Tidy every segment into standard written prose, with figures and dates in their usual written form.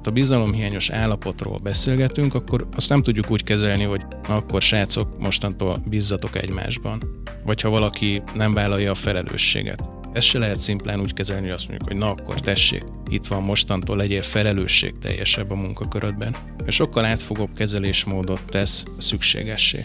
a bizalomhiányos állapotról beszélgetünk, akkor azt nem tudjuk úgy kezelni, hogy na akkor srácok, mostantól bízzatok egymásban. Vagy ha valaki nem vállalja a felelősséget. Ezt se lehet szimplán úgy kezelni, hogy azt mondjuk, hogy na akkor tessék, itt van mostantól, legyél felelősségteljesebb a munkakörödben. És sokkal átfogóbb kezelésmódot tesz szükségessé.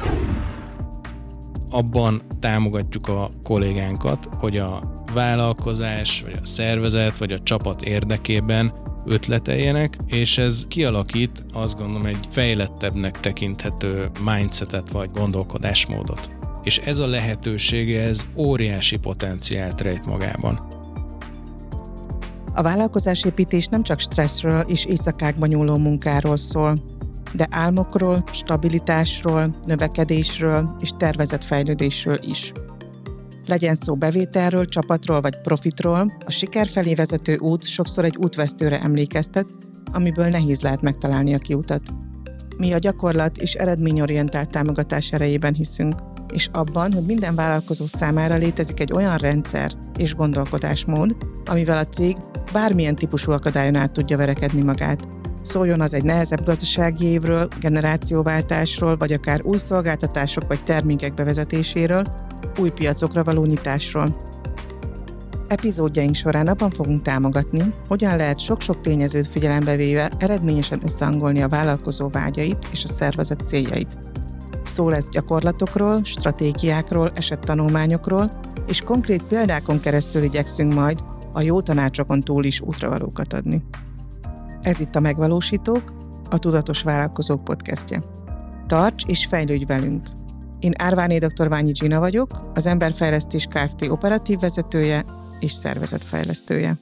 Abban támogatjuk a kollégánkat, hogy a vállalkozás, vagy a szervezet, vagy a csapat érdekében ötleteljenek, és ez kialakít, azt gondolom, egy fejlettebbnek tekinthető mindsetet, vagy gondolkodásmódot. És ez a lehetősége, ez óriási potenciált rejt magában. A vállalkozásépítés nem csak stresszről és éjszakákba nyúló munkáról szól, de álmokról, stabilitásról, növekedésről és tervezett fejlődésről is. Legyen szó bevételről, csapatról vagy profitról, a siker felé vezető út sokszor egy útvesztőre emlékeztet, amiből nehéz lehet megtalálni a kiutat. Mi a gyakorlat és eredményorientált támogatás erejében hiszünk, és abban, hogy minden vállalkozó számára létezik egy olyan rendszer és gondolkodásmód, amivel a cég bármilyen típusú akadályon át tudja verekedni magát. Szóljon az egy nehezebb gazdasági évről, generációváltásról, vagy akár új szolgáltatások vagy termékek bevezetéséről, új piacokra való nyitásról. Epizódjaink során abban fogunk támogatni, hogyan lehet sok-sok tényezőt figyelembe véve eredményesen összehangolni a vállalkozó vágyait és a szervezet céljait. Szó lesz gyakorlatokról, stratégiákról, esettanulmányokról, és konkrét példákon keresztül igyekszünk majd a jó tanácsokon túl is útravalókat adni. Ez itt a Megvalósítók, a Tudatos Vállalkozók podcastje. Tarts és fejlődj velünk! Én Árváné dr. Ványi Gina vagyok, az Emberfejlesztés Kft. Operatív vezetője és szervezetfejlesztője.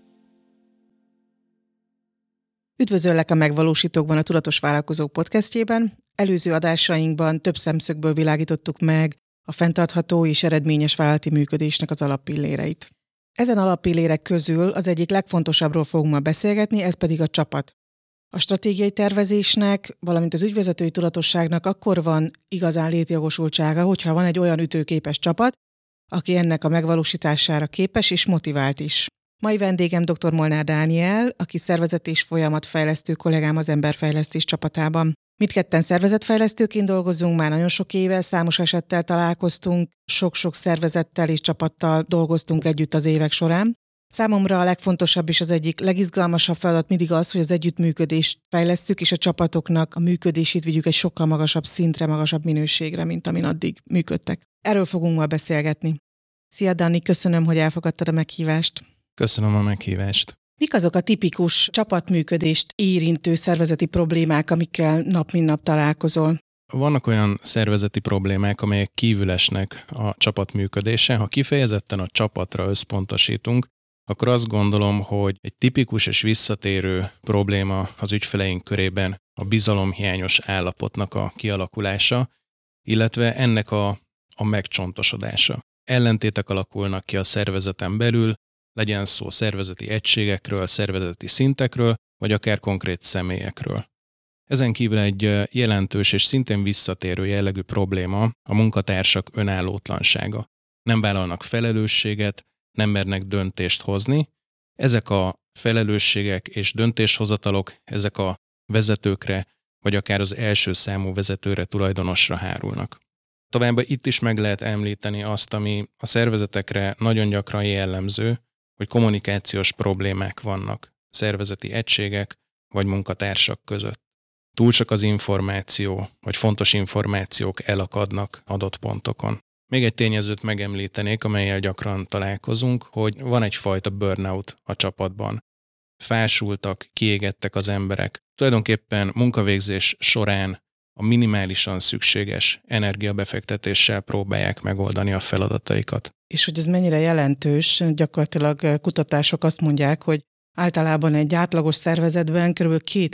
Üdvözöllek a Megvalósítókban, a Tudatos Vállalkozók podcastjében. Előző adásainkban több szemszögből világítottuk meg a fenntartható és eredményes vállalati működésnek az alappilléreit. Ezen alappillérek közül az egyik legfontosabbról fogunk ma beszélgetni, ez pedig a csapat. A stratégiai tervezésnek, valamint az ügyvezetői tudatosságnak akkor van igazán létjogosultsága, hogyha van egy olyan ütőképes csapat, aki ennek a megvalósítására képes és motivált is. Mai vendégem dr. Molnár Dániel, aki szervezet és folyamatfejlesztő kollégám az Emberfejlesztés csapatában. Mindketten szervezetfejlesztőként dolgozunk, már nagyon sok éve, számos esettel találkoztunk, sok-sok szervezettel és csapattal dolgoztunk együtt az évek során. Számomra a legfontosabb és az egyik legizgalmasabb feladat mindig az, hogy az együttműködést fejlesszük, és a csapatoknak a működését vigyük egy sokkal magasabb szintre, magasabb minőségre, mint amin addig működtek. Erről fogunk ma beszélgetni. Szia Dani, köszönöm, hogy elfogadtad a meghívást. Köszönöm a meghívást. Mik azok a tipikus csapatműködést érintő szervezeti problémák, amikkel nap mint nap találkozol? Vannak olyan szervezeti problémák, amelyek kívül esnek a csapatműködésen. Ha kifejezetten a csapatra összpontosítunk, akkor azt gondolom, hogy egy tipikus és visszatérő probléma az ügyfeleink körében a bizalomhiányos állapotnak a kialakulása, illetve ennek a megcsontosodása. Ellentétek alakulnak ki a szervezeten belül, legyen szó szervezeti egységekről, szervezeti szintekről, vagy akár konkrét személyekről. Ezen kívül egy jelentős és szintén visszatérő jellegű probléma a munkatársak önállótlansága. Nem vállalnak felelősséget, nem mernek döntést hozni. Ezek a felelősségek és döntéshozatalok, ezek a vezetőkre, vagy akár az első számú vezetőre, tulajdonosra hárulnak. Továbbá itt is meg lehet említeni azt, ami a szervezetekre nagyon gyakran jellemző, hogy kommunikációs problémák vannak szervezeti egységek vagy munkatársak között. Túl csak az információ, vagy fontos információk elakadnak adott pontokon. Még egy tényezőt megemlítenék, amellyel gyakran találkozunk, hogy van egyfajta burnout a csapatban. Fásultak, kiégettek az emberek. Tulajdonképpen munkavégzés során a minimálisan szükséges energiabefektetéssel próbálják megoldani a feladataikat. És hogy ez mennyire jelentős, gyakorlatilag kutatások azt mondják, hogy általában egy átlagos szervezetben kb.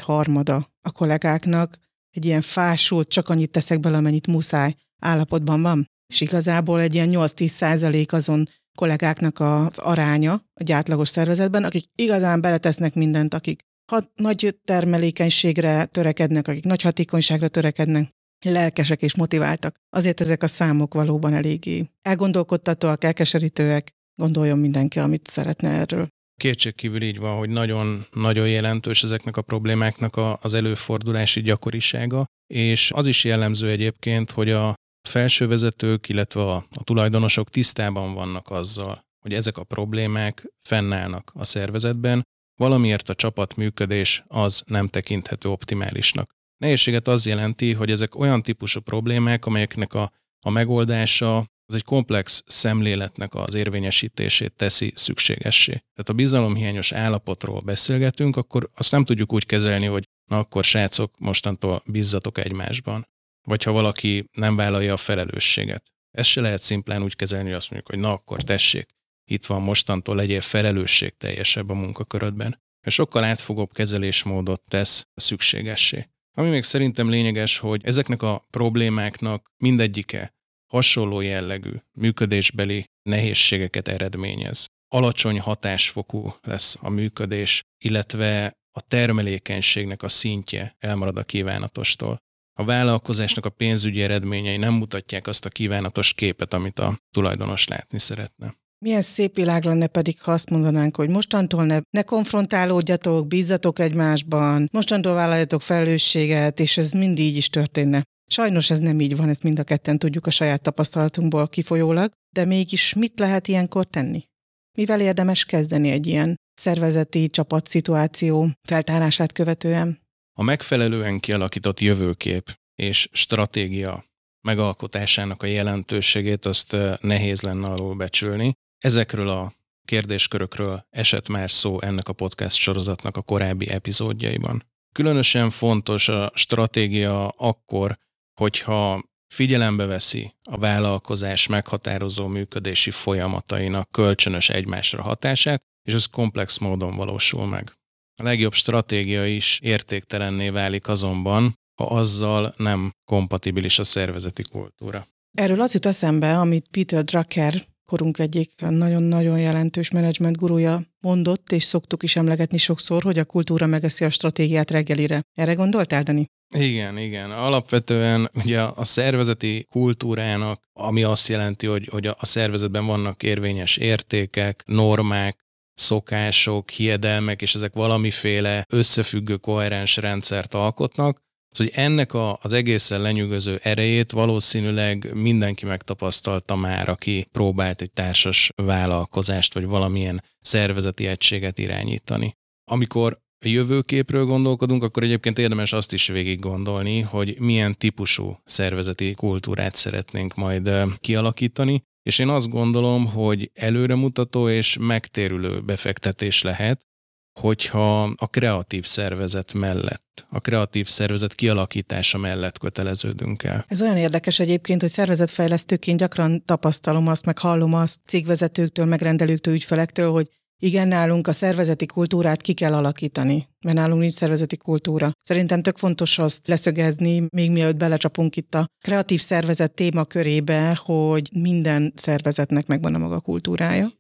2/3 a kollégáknak egy ilyen fásult, csak annyit teszek bele, amennyit muszáj állapotban van. És igazából egy ilyen 8-10% azon kollégáknak az aránya egy átlagos szervezetben, akik igazán beletesznek mindent, akik nagy termelékenységre törekednek, akik nagy hatékonyságra törekednek, lelkesek és motiváltak. Azért ezek a számok valóban eléggé elgondolkodtatóak, elkeserítőek, gondoljon mindenki, amit szeretne erről. Kétségkívül így van, hogy nagyon jelentős ezeknek a problémáknak az előfordulási gyakorisága, és az is jellemző egyébként, hogy a felsővezetők, illetve a tulajdonosok tisztában vannak azzal, hogy ezek a problémák fennállnak a szervezetben, valamiért a csapatműködés az nem tekinthető optimálisnak. Nehézséget az jelenti, hogy ezek olyan típusú problémák, amelyeknek a megoldása az egy komplex szemléletnek az érvényesítését teszi szükségessé. Tehát a bizalomhiányos állapotról beszélgetünk, akkor azt nem tudjuk úgy kezelni, hogy na akkor srácok, mostantól bízzatok egymásban. Vagy ha valaki nem vállalja a felelősséget. Ezt se lehet szimplán úgy kezelni, hogy azt mondjuk, hogy na akkor tessék, itt van mostantól, legyél felelősségteljesebb a munkakörödben. És sokkal átfogóbb kezelésmódot tesz szükségessé. Ami még szerintem lényeges, hogy ezeknek a problémáknak mindegyike hasonló jellegű működésbeli nehézségeket eredményez. Alacsony hatásfokú lesz a működés, illetve a termelékenységnek a szintje elmarad a kívánatostól. A vállalkozásnak a pénzügyi eredményei nem mutatják azt a kívánatos képet, amit a tulajdonos látni szeretne. Milyen szép világ lenne pedig, ha azt mondanánk, hogy mostantól ne konfrontálódjatok, bízzatok egymásban, mostantól vállaljatok felelősséget, és ez mind így is történne. Sajnos ez nem így van, ezt mind a ketten tudjuk a saját tapasztalatunkból kifolyólag, de mégis mit lehet ilyenkor tenni? Mivel érdemes kezdeni egy ilyen szervezeti csapatszituáció feltárását követően? A megfelelően kialakított jövőkép és stratégia megalkotásának a jelentőségét azt nehéz lenne alulbecsülni. Ezekről a kérdéskörökről esett már szó ennek a podcast sorozatnak a korábbi epizódjaiban. Különösen fontos a stratégia akkor, hogyha figyelembe veszi a vállalkozás meghatározó működési folyamatainak kölcsönös egymásra hatását, és ez komplex módon valósul meg. A legjobb stratégia is értéktelenné válik azonban, ha azzal nem kompatibilis a szervezeti kultúra. Erről az jut eszembe, amit Peter Drucker, korunk egyik nagyon-nagyon jelentős menedzsment gurúja mondott, és szoktuk is emlegetni sokszor, hogy a kultúra megeszi a stratégiát reggelire. Erre gondoltál, Dani? Igen. Alapvetően ugye a szervezeti kultúrának, ami azt jelenti, hogy a szervezetben vannak érvényes értékek, normák, szokások, hiedelmek, és ezek valamiféle összefüggő, koherens rendszert alkotnak, hogy ennek az egészen lenyűgöző erejét valószínűleg mindenki megtapasztalta már, aki próbált egy társas vállalkozást, vagy valamilyen szervezeti egységet irányítani. Amikor a jövőképről gondolkodunk, akkor egyébként érdemes azt is végig gondolni, hogy milyen típusú szervezeti kultúrát szeretnénk majd kialakítani, és én azt gondolom, hogy előremutató és megtérülő befektetés lehet, hogyha a kreatív szervezet mellett, a kreatív szervezet kialakítása mellett köteleződünk el. Ez olyan érdekes egyébként, hogy szervezetfejlesztőként gyakran tapasztalom azt, meg hallom azt cégvezetőktől, megrendelőktől, ügyfelektől, hogy igen, nálunk a szervezeti kultúrát ki kell alakítani, mert nálunk nincs szervezeti kultúra. Szerintem tök fontos azt leszögezni, még mielőtt belecsapunk itt a kreatív szervezet témakörébe, hogy minden szervezetnek megvan a maga kultúrája,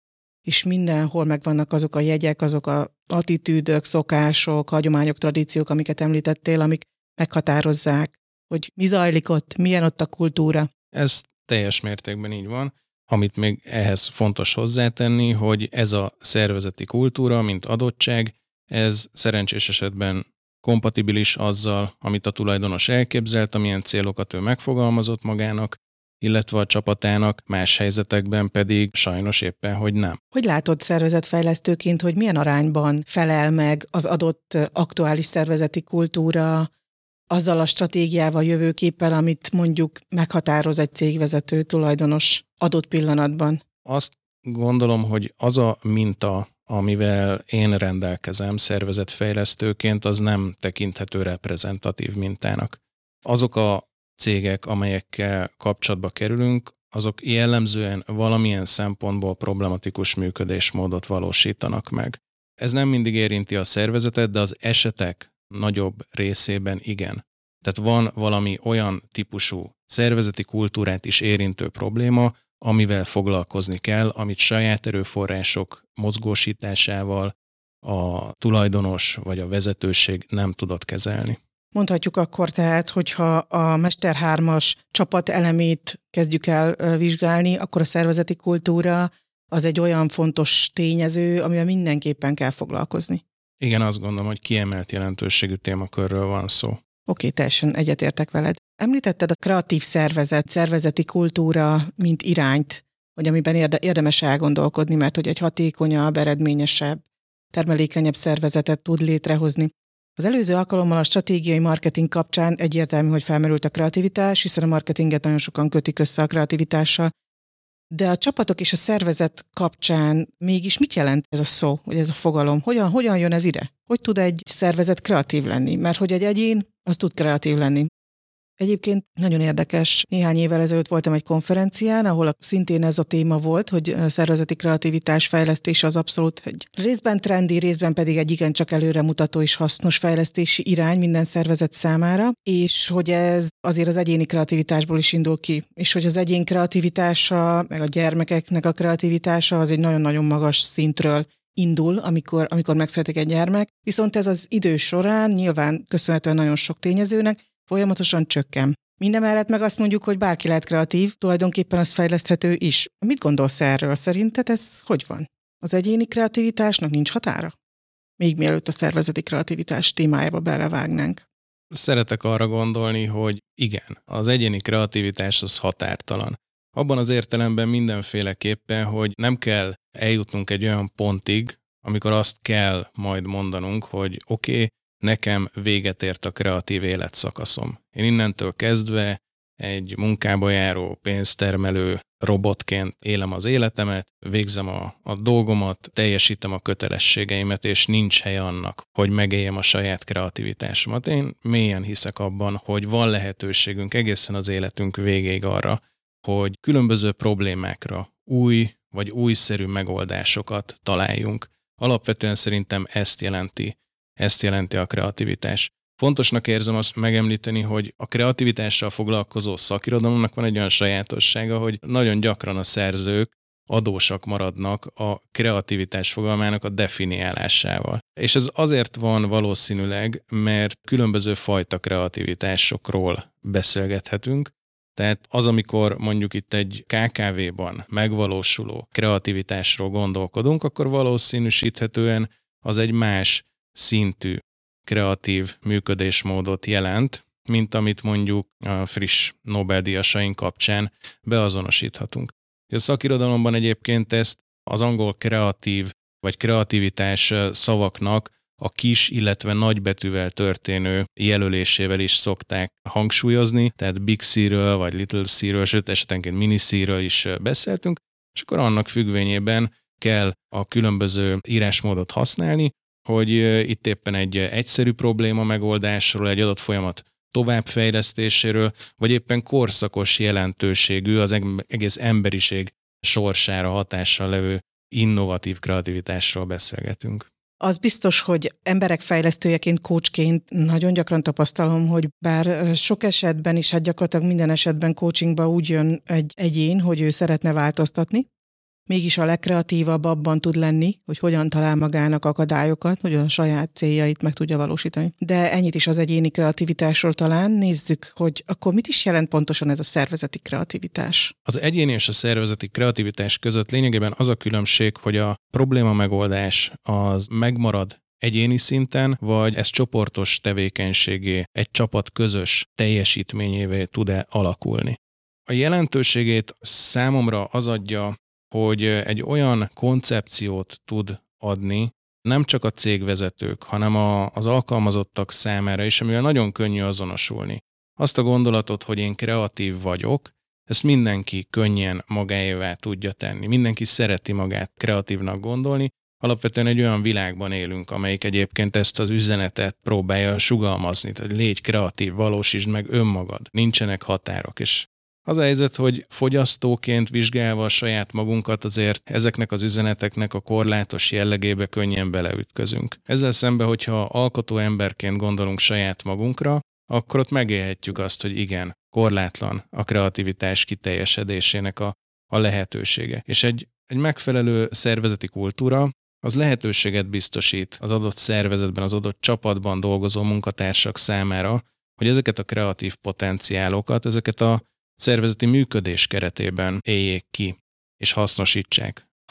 és mindenhol megvannak azok a jegyek, azok az attitűdök, szokások, hagyományok, tradíciók, amiket említettél, amik meghatározzák, hogy mi zajlik ott, milyen ott a kultúra. Ez teljes mértékben így van. Amit még ehhez fontos hozzátenni, hogy ez a szervezeti kultúra, mint adottság, ez szerencsés esetben kompatibilis azzal, amit a tulajdonos elképzelt, amilyen célokat ő megfogalmazott magának, illetve a csapatának, más helyzetekben pedig sajnos éppen, hogy nem. Hogy látod szervezetfejlesztőként, hogy milyen arányban felel meg az adott aktuális szervezeti kultúra azzal a stratégiával, jövőképpel, amit mondjuk meghatároz egy cégvezető tulajdonos adott pillanatban? Azt gondolom, hogy az a minta, amivel én rendelkezem szervezetfejlesztőként, az nem tekinthető reprezentatív mintának. Azok a cégek, amelyekkel kapcsolatba kerülünk, azok jellemzően valamilyen szempontból problematikus működésmódot valósítanak meg. Ez nem mindig érinti a szervezetet, de az esetek nagyobb részében igen. Tehát van valami olyan típusú szervezeti kultúrát is érintő probléma, amivel foglalkozni kell, amit saját erőforrások mozgósításával a tulajdonos vagy a vezetőség nem tudott kezelni. Mondhatjuk akkor tehát, hogyha a Mester 3-as csapat elemét kezdjük el vizsgálni, akkor a szervezeti kultúra az egy olyan fontos tényező, amivel mindenképpen kell foglalkozni. Igen, azt gondolom, hogy kiemelt jelentőségű témakörről van szó. Oké, teljesen egyetértek veled. Említetted a kreatív szervezet, szervezeti kultúra, mint irányt, hogy amiben érdemes elgondolkodni, mert hogy egy hatékonyabb, eredményesebb, termelékenyebb szervezetet tud létrehozni. Az előző alkalommal a stratégiai marketing kapcsán egyértelmű, hogy felmerült a kreativitás, hiszen a marketinget nagyon sokan kötik össze a kreativitással. De a csapatok és a szervezet kapcsán mégis mit jelent ez a szó, vagy ez a fogalom? Hogyan jön ez ide? Hogy tud egy szervezet kreatív lenni? Mert hogy egy egyén, az tud kreatív lenni. Egyébként nagyon érdekes, néhány évvel ezelőtt voltam egy konferencián, ahol szintén ez a téma volt, hogy a szervezeti kreativitás fejlesztése az abszolút egy részben trendi, részben pedig egy igencsak előremutató és hasznos fejlesztési irány minden szervezet számára, és hogy ez azért az egyéni kreativitásból is indul ki, és hogy az egyén kreativitása, meg a gyermekeknek a kreativitása az egy nagyon-nagyon magas szintről indul, amikor megszületik egy gyermek, viszont ez az idő során nyilván köszönhetően nagyon sok tényezőnek folyamatosan csökken. Mindemellett meg azt mondjuk, hogy bárki lehet kreatív, tulajdonképpen az fejleszthető is. Mit gondolsz erről? Szerinted ez hogy van? Az egyéni kreativitásnak nincs határa? Még mielőtt a szervezeti kreativitás témájába belevágnánk. Szeretek arra gondolni, hogy igen, az egyéni kreativitás az határtalan. Abban az értelemben mindenféleképpen, hogy nem kell eljutnunk egy olyan pontig, amikor azt kell majd mondanunk, hogy oké, nekem véget ért a kreatív életszakaszom. Én innentől kezdve egy munkába járó, pénztermelő robotként élem az életemet, végzem a dolgomat, teljesítem a kötelességeimet, és nincs hely annak, hogy megéljem a saját kreativitásomat. Én mélyen hiszek abban, hogy van lehetőségünk egészen az életünk végéig arra, hogy különböző problémákra új vagy újszerű megoldásokat találjunk. Alapvetően szerintem ezt jelenti a kreativitás. Fontosnak érzem azt megemlíteni, hogy a kreativitással foglalkozó szakirodalomnak van egy olyan sajátossága, hogy nagyon gyakran a szerzők adósak maradnak a kreativitás fogalmának a definiálásával. És ez azért van valószínűleg, mert különböző fajta kreativitásokról beszélgethetünk. Tehát az, amikor mondjuk itt egy KKV-ban megvalósuló kreativitásról gondolkodunk, akkor valószínűsíthetően az egy más szintű kreatív működésmódot jelent, mint amit mondjuk a friss Nobel-díjasaink kapcsán beazonosíthatunk. A szakirodalomban egyébként ezt az angol kreatív vagy kreativitás szavaknak a kis, illetve nagybetűvel történő jelölésével is szokták hangsúlyozni, tehát Big C-ről vagy Little C-ről, sőt esetenként Mini C-ről is beszéltünk, és akkor annak függvényében kell a különböző írásmódot használni, hogy itt éppen egy egyszerű probléma megoldásról, egy adott folyamat továbbfejlesztéséről, vagy éppen korszakos jelentőségű, az egész emberiség sorsára hatással levő innovatív kreativitásról beszélgetünk. Az biztos, hogy emberek fejlesztőjeként, coachként nagyon gyakran tapasztalom, hogy bár sok esetben is, hát gyakorlatilag minden esetben coachingba úgy jön egy egyén, hogy ő szeretne változtatni, mégis a legkreatívabb abban tud lenni, hogy hogyan talál magának akadályokat, hogy a saját céljait meg tudja valósítani. De ennyit is az egyéni kreativitásról talán. Nézzük, hogy akkor mit is jelent pontosan ez a szervezeti kreativitás? Az egyéni és a szervezeti kreativitás között lényegében az a különbség, hogy a probléma megoldás az megmarad egyéni szinten, vagy ez csoportos tevékenységé, egy csapat közös teljesítményévé tud-e alakulni. A jelentőségét számomra az adja, hogy egy olyan koncepciót tud adni, nem csak a cégvezetők, hanem az alkalmazottak számára is, amivel nagyon könnyű azonosulni. Azt a gondolatot, hogy én kreatív vagyok, ezt mindenki könnyen magáévá tudja tenni. Mindenki szereti magát kreatívnak gondolni. Alapvetően egy olyan világban élünk, amelyik egyébként ezt az üzenetet próbálja sugalmazni. Tehát légy kreatív, valósítsd meg önmagad. Nincsenek határok, és az a helyzet, hogy fogyasztóként vizsgálva a saját magunkat azért ezeknek az üzeneteknek a korlátos jellegébe könnyen beleütközünk. Ezzel szemben, hogyha alkotó emberként gondolunk saját magunkra, akkor ott megélhetjük azt, hogy igen, korlátlan a kreativitás kiteljesedésének a lehetősége. És egy megfelelő szervezeti kultúra az lehetőséget biztosít az adott szervezetben, az adott csapatban dolgozó munkatársak számára, hogy ezeket a kreatív potenciálokat, ezeket a szervezeti működés keretében éljék ki és hasznosítsák.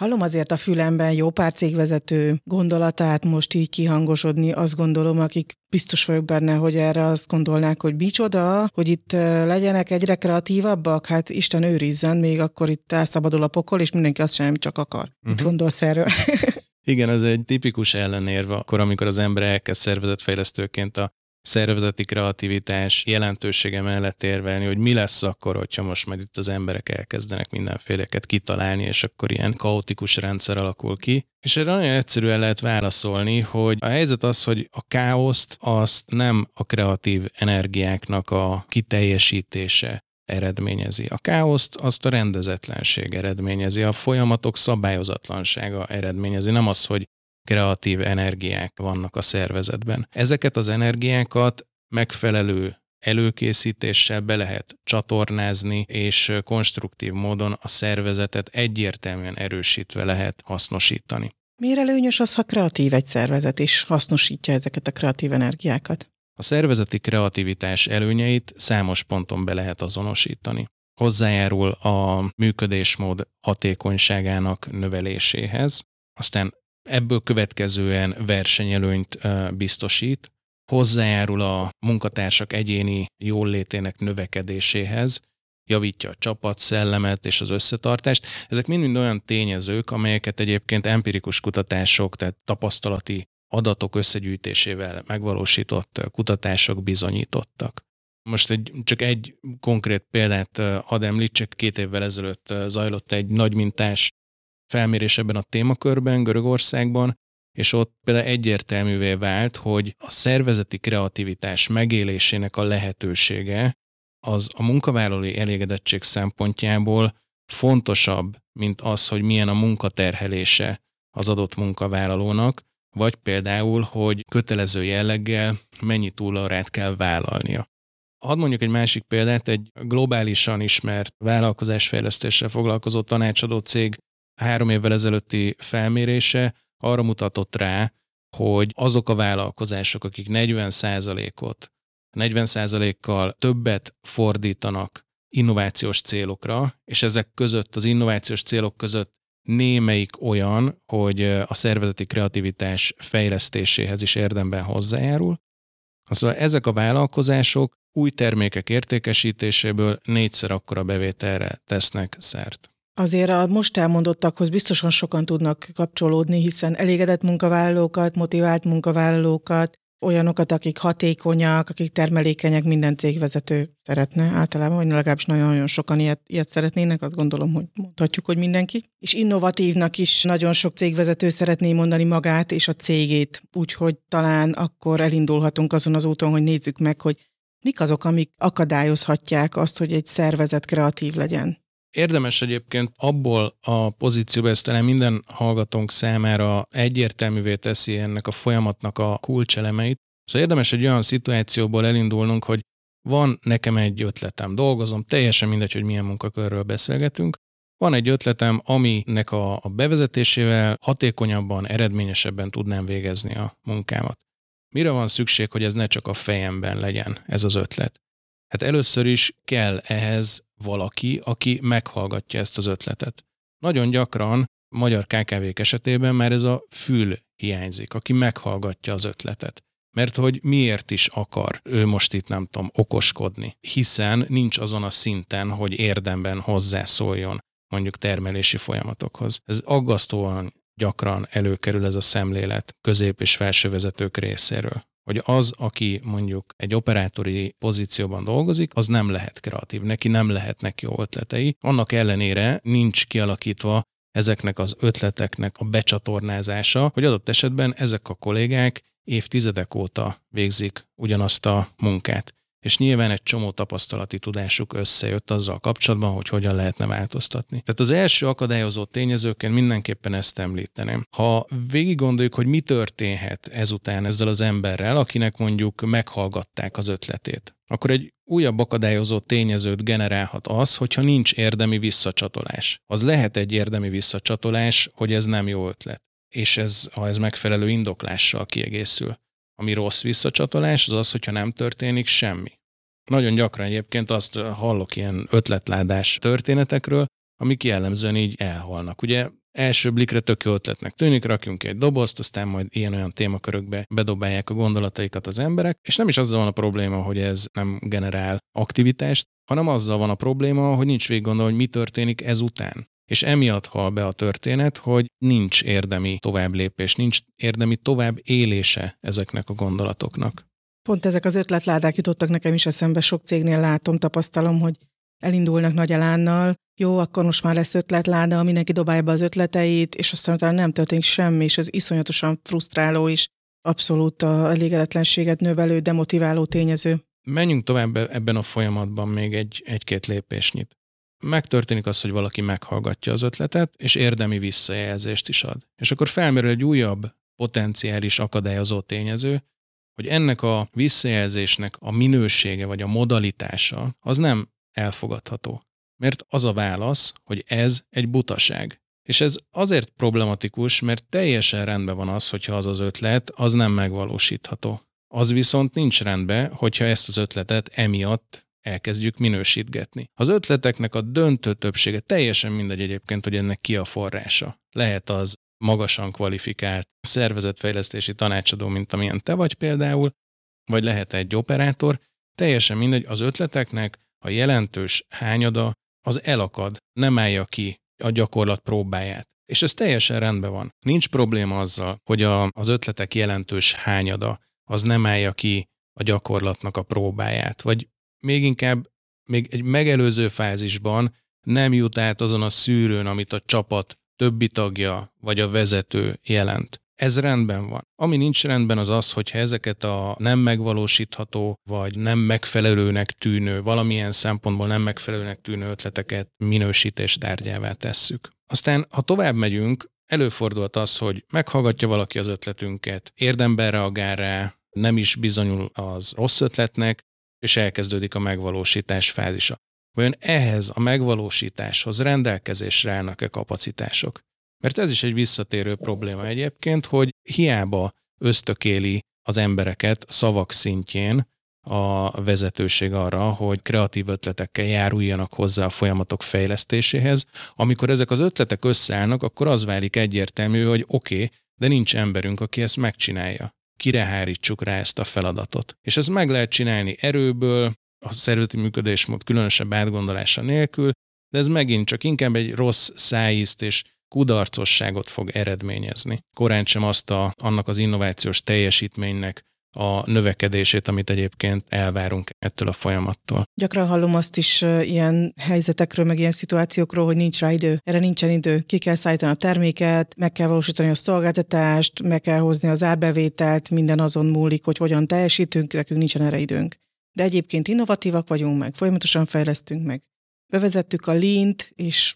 Hallom azért a fülemben jó pár cégvezető gondolatát most így kihangosodni, azt gondolom, akik biztos vagyok benne, hogy erre azt gondolnák, hogy micsoda, hogy itt legyenek egyre kreatívabbak, hát Isten őrizzen, még akkor itt elszabadul a pokol, és mindenki azt sem csak akar. Mit gondolsz erről? Igen, ez egy tipikus ellenérv akkor, amikor az ember elkezd szervezetfejlesztőként a szervezeti kreativitás jelentősége mellett érvelni, hogy mi lesz akkor, hogyha most majd itt az emberek elkezdenek mindenféleket kitalálni, és akkor ilyen kaotikus rendszer alakul ki. És erre nagyon egyszerűen lehet válaszolni, hogy a helyzet az, hogy a káoszt azt nem a kreatív energiáknak a kiteljesítése eredményezi. A káoszt azt a rendezetlenség eredményezi, a folyamatok szabályozatlansága eredményezi, nem az, hogy kreatív energiák vannak a szervezetben. Ezeket az energiákat megfelelő előkészítéssel be lehet csatornázni, és konstruktív módon a szervezetet egyértelműen erősítve lehet hasznosítani. Miért előnyös az, ha kreatív egy szervezet, és hasznosítja ezeket a kreatív energiákat? A szervezeti kreativitás előnyeit számos ponton be lehet azonosítani. Hozzájárul a működésmód hatékonyságának növeléséhez, aztán ebből következően versenyelőnyt biztosít, hozzájárul a munkatársak egyéni jóllétének növekedéséhez, javítja a csapatszellemet és az összetartást. Ezek mind olyan tényezők, amelyeket egyébként empirikus kutatások, tehát tapasztalati adatok összegyűjtésével megvalósított kutatások bizonyítottak. Most csak egy konkrét példát hadd említsek, 2 évvel ezelőtt zajlott egy nagymintás felmérés ebben a témakörben Görögországban, és ott például egyértelművé vált, hogy a szervezeti kreativitás megélésének a lehetősége az a munkavállalói elégedettség szempontjából fontosabb, mint az, hogy milyen a munkaterhelése az adott munkavállalónak, vagy például, hogy kötelező jelleggel mennyi túlórát kell vállalnia. Hadd mondjuk egy másik példát, egy globálisan ismert vállalkozásfejlesztéssel foglalkozó tanácsadó cég 3 évvel ezelőtti felmérése arra mutatott rá, hogy azok a vállalkozások, akik 40%-kal többet fordítanak innovációs célokra, és ezek között, az innovációs célok között némelyik olyan, hogy a szervezeti kreativitás fejlesztéséhez is érdemben hozzájárul. Szóval ezek a vállalkozások új termékek értékesítéséből 4-szer akkora bevételre tesznek szert. Azért a most elmondottakhoz biztosan sokan tudnak kapcsolódni, hiszen elégedett munkavállalókat, motivált munkavállalókat, olyanokat, akik hatékonyak, akik termelékenyek, minden cégvezető szeretne általában, vagy legalábbis nagyon-nagyon sokan ilyet szeretnének, azt gondolom, hogy mondhatjuk, hogy mindenki. És innovatívnak is nagyon sok cégvezető szeretné mondani magát és a cégét, úgyhogy talán akkor elindulhatunk azon az úton, hogy nézzük meg, hogy mik azok, amik akadályozhatják azt, hogy egy szervezet kreatív legyen. Érdemes egyébként abból a pozícióból, ezt talán minden hallgatónk számára egyértelművé teszi ennek a folyamatnak a kulcselemeit. Szóval érdemes egy olyan szituációból elindulnunk, hogy van nekem egy ötletem, dolgozom, teljesen mindegy, hogy milyen munkakörről beszélgetünk. Van egy ötletem, aminek a bevezetésével hatékonyabban, eredményesebben tudnám végezni a munkámat. Mire van szükség, hogy ez ne csak a fejemben legyen ez az ötlet? Hát először is kell ehhez valaki, aki meghallgatja ezt az ötletet. Nagyon gyakran magyar KKV-k esetében már ez a fül hiányzik, aki meghallgatja az ötletet. Mert hogy miért is akar ő most itt, nem tudom, okoskodni, hiszen nincs azon a szinten, hogy érdemben hozzászóljon mondjuk termelési folyamatokhoz. Ez aggasztóan gyakran előkerül ez a szemlélet közép- és felsővezetők részéről. Hogy az, aki mondjuk egy operátori pozícióban dolgozik, az nem lehet kreatív, neki nem lehetnek jó ötletei. Annak ellenére nincs kialakítva ezeknek az ötleteknek a becsatornázása, hogy adott esetben ezek a kollégák évtizedek óta végzik ugyanazt a munkát. És nyilván egy csomó tapasztalati tudásuk összejött azzal kapcsolatban, hogy hogyan lehetne változtatni. Tehát az első akadályozó tényezőként mindenképpen ezt említeném. Ha végig gondoljuk, hogy mi történhet ezután ezzel az emberrel, akinek mondjuk meghallgatták az ötletét, akkor egy újabb akadályozó tényezőt generálhat az, hogyha nincs érdemi visszacsatolás. Az lehet egy érdemi visszacsatolás, hogy ez nem jó ötlet, és ha ez megfelelő indoklással kiegészül. Ami rossz visszacsatolás, az az, hogyha nem történik semmi. Nagyon gyakran egyébként azt hallok ilyen ötletládás történetekről, amik jellemzően így elhalnak. Ugye első blikre tök jó ötletnek tűnik, rakjunk egy dobozt, aztán majd ilyen-olyan témakörökbe bedobálják a gondolataikat az emberek, és nem is azzal van a probléma, hogy ez nem generál aktivitást, hanem azzal van a probléma, hogy nincs végig gondolva, hogy mi történik ezután. És emiatt hal be a történet, hogy nincs érdemi továbblépés, nincs érdemi tovább élése ezeknek a gondolatoknak. Pont ezek az ötletládák jutottak nekem is eszembe, sok cégnél látom, tapasztalom, hogy elindulnak nagy elánnal, jó, akkor most már lesz ötletláda, mindenki dobálja be az ötleteit, és aztán utána nem történik semmi, és ez iszonyatosan frusztráló is, abszolút a elégedetlenséget növelő, demotiváló tényező. Menjünk tovább ebben a folyamatban még egy-két lépésnyit. Megtörténik az, hogy valaki meghallgatja az ötletet, és érdemi visszajelzést is ad. És akkor felmerül egy újabb potenciális akadályozó tényező, hogy ennek a visszajelzésnek a minősége vagy a modalitása az nem elfogadható. Mert az a válasz, hogy ez egy butaság. És ez azért problematikus, mert teljesen rendben van az, hogyha az ötlet, az nem megvalósítható. Az viszont nincs rendben, hogyha ezt az ötletet emiatt elkezdjük minősítgetni. Az ötleteknek a döntő többsége, teljesen mindegy egyébként, hogy ennek ki a forrása. Lehet az magasan kvalifikált szervezetfejlesztési tanácsadó, mint amilyen te vagy például, vagy lehet egy operátor, teljesen mindegy, az ötleteknek a jelentős hányada az elakad, nem állja ki a gyakorlat próbáját. És ez teljesen rendben van. Nincs probléma azzal, hogy az ötletek jelentős hányada az nem állja ki a gyakorlatnak a próbáját, vagy még inkább még egy megelőző fázisban nem jut át azon a szűrőn, amit a csapat többi tagja vagy a vezető jelent. Ez rendben van. Ami nincs rendben az az, hogyha ezeket a nem megvalósítható vagy nem megfelelőnek tűnő, valamilyen szempontból nem megfelelőnek tűnő ötleteket minősítés tárgyává tesszük. Aztán, ha tovább megyünk, előfordult az, hogy meghallgatja valaki az ötletünket, érdemben reagál rá, nem is bizonyul az rossz ötletnek, és elkezdődik a megvalósítás fázisa. Vajon ehhez a megvalósításhoz rendelkezésre állnak-e kapacitások? Mert ez is egy visszatérő probléma egyébként, hogy hiába ösztökéli az embereket szavak szintjén a vezetőség arra, hogy kreatív ötletekkel járuljanak hozzá a folyamatok fejlesztéséhez. Amikor ezek az ötletek összeállnak, akkor az válik egyértelmű, hogy oké, de nincs emberünk, aki ezt megcsinálja. Kire hárítsuk rá ezt a feladatot. És ezt meg lehet csinálni erőből, a szervezeti működésmód különösebb átgondolása nélkül, de ez megint csak inkább egy rossz szájízt és kudarcosságot fog eredményezni. Korán sem annak az innovációs teljesítménynek a növekedését, amit egyébként elvárunk ettől a folyamattól. Gyakran hallom azt is ilyen helyzetekről, meg ilyen szituációkról, hogy nincs rá idő. Erre nincsen idő. Ki kell szállítani a terméket, meg kell valósítani a szolgáltatást, meg kell hozni az árbevételt, minden azon múlik, hogy hogyan teljesítünk, nekünk nincsen erre időnk. De egyébként innovatívak vagyunk, meg folyamatosan fejlesztünk meg. Bevezettük a Lean-t, és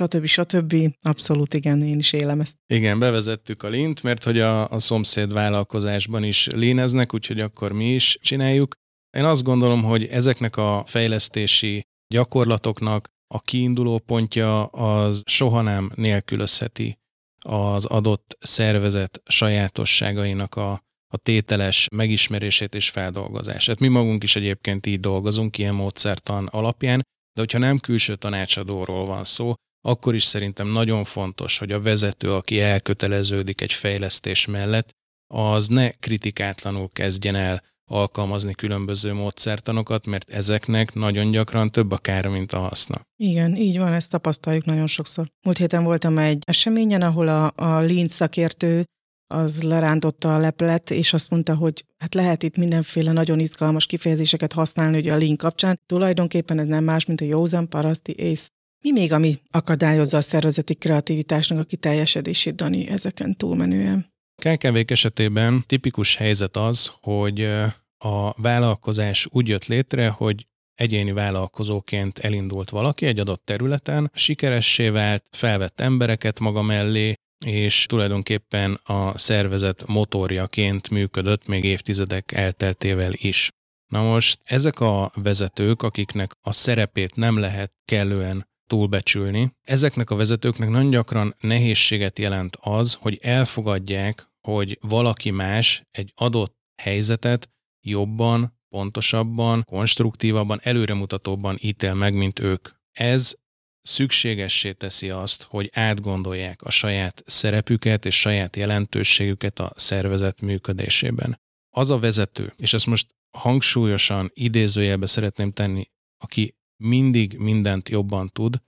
stb. Abszolút igen, én is élem ezt. Igen, bevezettük a Lean-t, mert hogy a szomszéd vállalkozásban is leaneznek, úgyhogy akkor mi is csináljuk. Én azt gondolom, hogy ezeknek a fejlesztési gyakorlatoknak a kiinduló pontja az soha nem nélkülözheti az adott szervezet sajátosságainak a tételes megismerését és feldolgozását. Mi magunk is egyébként így dolgozunk, ilyen módszertan alapján, de hogyha nem külső tanácsadóról van szó, akkor is szerintem nagyon fontos, hogy a vezető, aki elköteleződik egy fejlesztés mellett, az ne kritikátlanul kezdjen el alkalmazni különböző módszertanokat, mert ezeknek nagyon gyakran több a kára, mint a haszna. Igen, így van, ezt tapasztaljuk nagyon sokszor. Múlt héten voltam egy eseményen, ahol a Lean szakértő az lerántotta a leplet, és azt mondta, hogy hát lehet itt mindenféle nagyon izgalmas kifejezéseket használni ugye a Lean kapcsán. Tulajdonképpen ez nem más, mint a józan paraszti ész. Mi még, ami akadályozza a szervezeti kreativitásnak a kiteljesedését, Dani, ezeken túlmenően? KKV-k esetében tipikus helyzet az, hogy a vállalkozás úgy jött létre, hogy egyéni vállalkozóként elindult valaki egy adott területen, sikeressé vált, felvett embereket maga mellé, és tulajdonképpen a szervezet motorjaként működött még évtizedek elteltével is. Na most ezek a vezetők, akiknek a szerepét nem lehet kellően túlbecsülni, ezeknek a vezetőknek nagyon gyakran nehézséget jelent az, hogy elfogadják, hogy valaki más egy adott helyzetet jobban, pontosabban, konstruktívabban, előremutatóbban ítél meg, mint ők. Ez szükségessé teszi azt, hogy átgondolják a saját szerepüket és saját jelentőségüket a szervezet működésében. Az a vezető, és ezt most hangsúlyosan idézőjelbe szeretném tenni, aki mindig mindent jobban tud,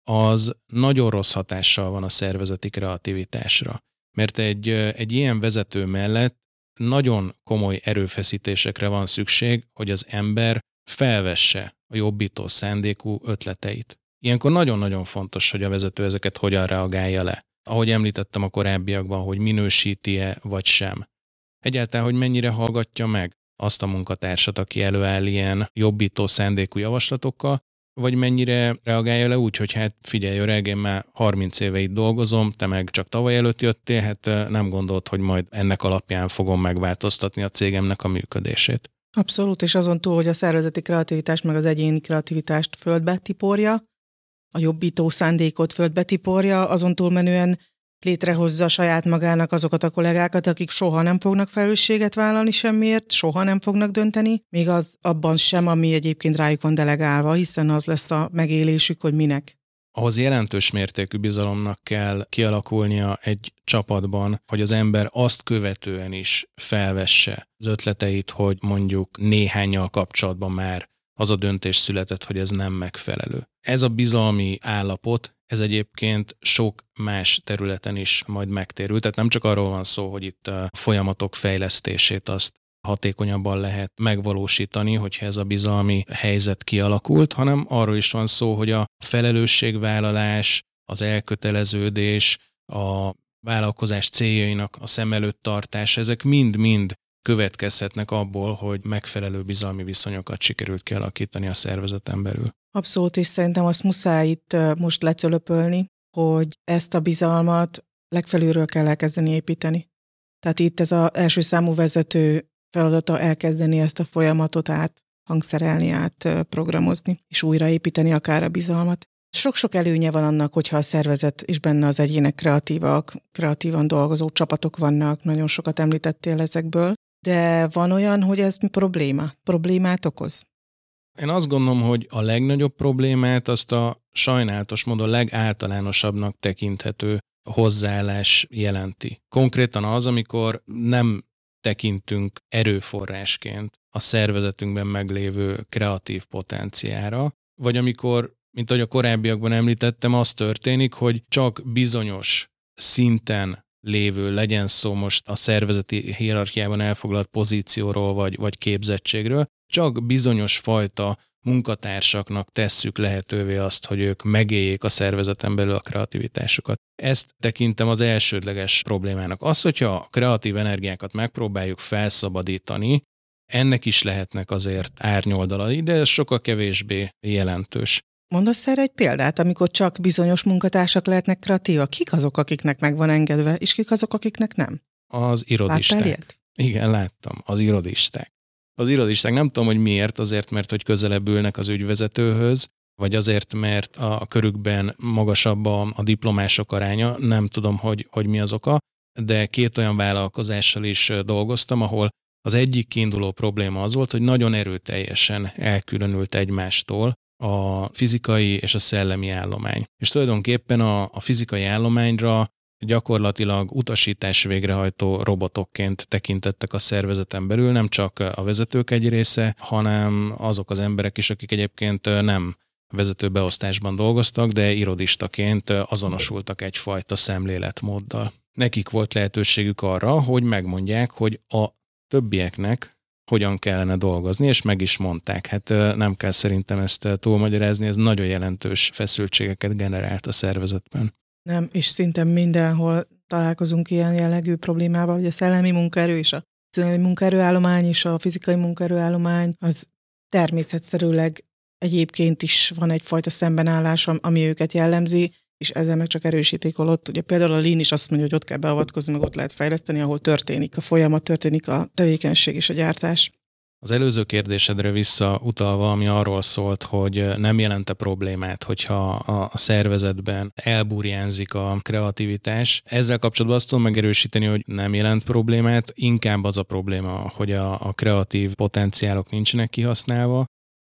az nagyon rossz hatással van a szervezeti kreativitásra. Mert egy ilyen vezető mellett nagyon komoly erőfeszítésekre van szükség, hogy az ember felvesse a jobbító szándékú ötleteit. Ilyenkor nagyon-nagyon fontos, hogy a vezető ezeket hogyan reagálja le. Ahogy említettem a korábbiakban, hogy minősíti-e vagy sem. Egyáltalán, hogy mennyire hallgatja meg azt a munkatársat, aki előáll ilyen jobbító szándékú javaslatokkal, vagy mennyire reagálja le úgy, hogy hát figyelj öreg, én már 30 éve itt dolgozom, te meg csak tavaly előtt jöttél, hát nem gondolt, hogy majd ennek alapján fogom megváltoztatni a cégemnek a működését. Abszolút, és azon túl, hogy a szervezeti kreativitást meg az egyéni kreativitást földbe tiporja, a jobbító szándékot földbe tiporja, azon túlmenően létrehozza saját magának azokat a kollégákat, akik soha nem fognak felelősséget vállalni semmiért, soha nem fognak dönteni, még az abban sem, ami egyébként rájuk van delegálva, hiszen az lesz a megélésük, hogy minek. Ahhoz jelentős mértékű bizalomnak kell kialakulnia egy csapatban, hogy az ember azt követően is felvesse az ötleteit, hogy mondjuk néhánnyal kapcsolatban már az a döntés született, hogy ez nem megfelelő. Ez a bizalmi állapot, ez egyébként sok más területen is majd megtérül. Tehát nem csak arról van szó, hogy itt a folyamatok fejlesztését azt hatékonyabban lehet megvalósítani, hogyha ez a bizalmi helyzet kialakult, hanem arról is van szó, hogy a felelősségvállalás, az elköteleződés, a vállalkozás céljainak a szem előtt tartása, ezek mind-mind következhetnek abból, hogy megfelelő bizalmi viszonyokat sikerült kialakítani a szervezeten belül. Abszolút, és szerintem azt muszáj itt most lecölöpölni, hogy ezt a bizalmat legfelülről kell elkezdeni építeni. Tehát itt ez az első számú vezető feladata elkezdeni ezt a folyamatot hangszerelni, programozni, és újraépíteni akár a bizalmat. Sok-sok előnye van annak, hogyha a szervezet és benne az egyének kreatívak, kreatívan dolgozó csapatok vannak, nagyon sokat említettél ezekből, de van olyan, hogy ez problémát okoz? Én azt gondolom, hogy a legnagyobb problémát azt a sajnálatos módon legáltalánosabbnak tekinthető hozzáállás jelenti. Konkrétan az, amikor nem tekintünk erőforrásként a szervezetünkben meglévő kreatív potenciára, vagy amikor, mint ahogy a korábbiakban említettem, az történik, hogy csak bizonyos szinten lévő, legyen szó most a szervezeti hierarchiában elfoglalt pozícióról vagy képzettségről, csak bizonyos fajta munkatársaknak tesszük lehetővé azt, hogy ők megéljék a szervezeten belül a kreativitásukat. Ezt tekintem az elsődleges problémának. Az, hogyha a kreatív energiákat megpróbáljuk felszabadítani, ennek is lehetnek azért árnyoldalai, de ez sokkal kevésbé jelentős. Mondasz erre egy példát, amikor csak bizonyos munkatársak lehetnek kreatívak? Kik azok, akiknek meg van engedve, és kik azok, akiknek nem? Az irodisták. Láttál ilyet? Igen, láttam. Az irodisták. Az irodisták nem tudom, hogy miért, azért, mert hogy közelebb ülnek az ügyvezetőhöz, vagy azért, mert a körükben magasabb a diplomások aránya, nem tudom, hogy mi az oka, de 2 olyan vállalkozással is dolgoztam, ahol az egyik kiinduló probléma az volt, hogy nagyon erőteljesen elkülönült egymástól a fizikai és a szellemi állomány. És tulajdonképpen a fizikai állományra gyakorlatilag utasítás végrehajtó robotokként tekintettek a szervezeten belül, nem csak a vezetők egy része, hanem azok az emberek is, akik egyébként nem vezetőbeosztásban dolgoztak, de irodistaként azonosultak egyfajta szemléletmóddal. Nekik volt lehetőségük arra, hogy megmondják, hogy a többieknek hogyan kellene dolgozni, és meg is mondták. Hát nem kell szerintem ezt túlmagyarázni, ez nagyon jelentős feszültségeket generált a szervezetben. Nem, és szinte mindenhol találkozunk ilyen jellegű problémával, hogy a szellemi munkaerő és a szellemi munkaerőállomány és a fizikai munkaerőállomány az természetszerűleg egyébként is van egyfajta szembenállás, ami őket jellemzi, és ezzel meg csak erősítik, holott ugye például a Lean is azt mondja, hogy ott kell beavatkozni, meg ott lehet fejleszteni, ahol történik a folyamat, történik a tevékenység és a gyártás. Az előző kérdésedre visszautalva, ami arról szólt, hogy nem jelente problémát, hogyha a szervezetben elburjánzik a kreativitás. Ezzel kapcsolatban azt tudom megerősíteni, hogy nem jelent problémát, inkább az a probléma, hogy a kreatív potenciálok nincsenek kihasználva,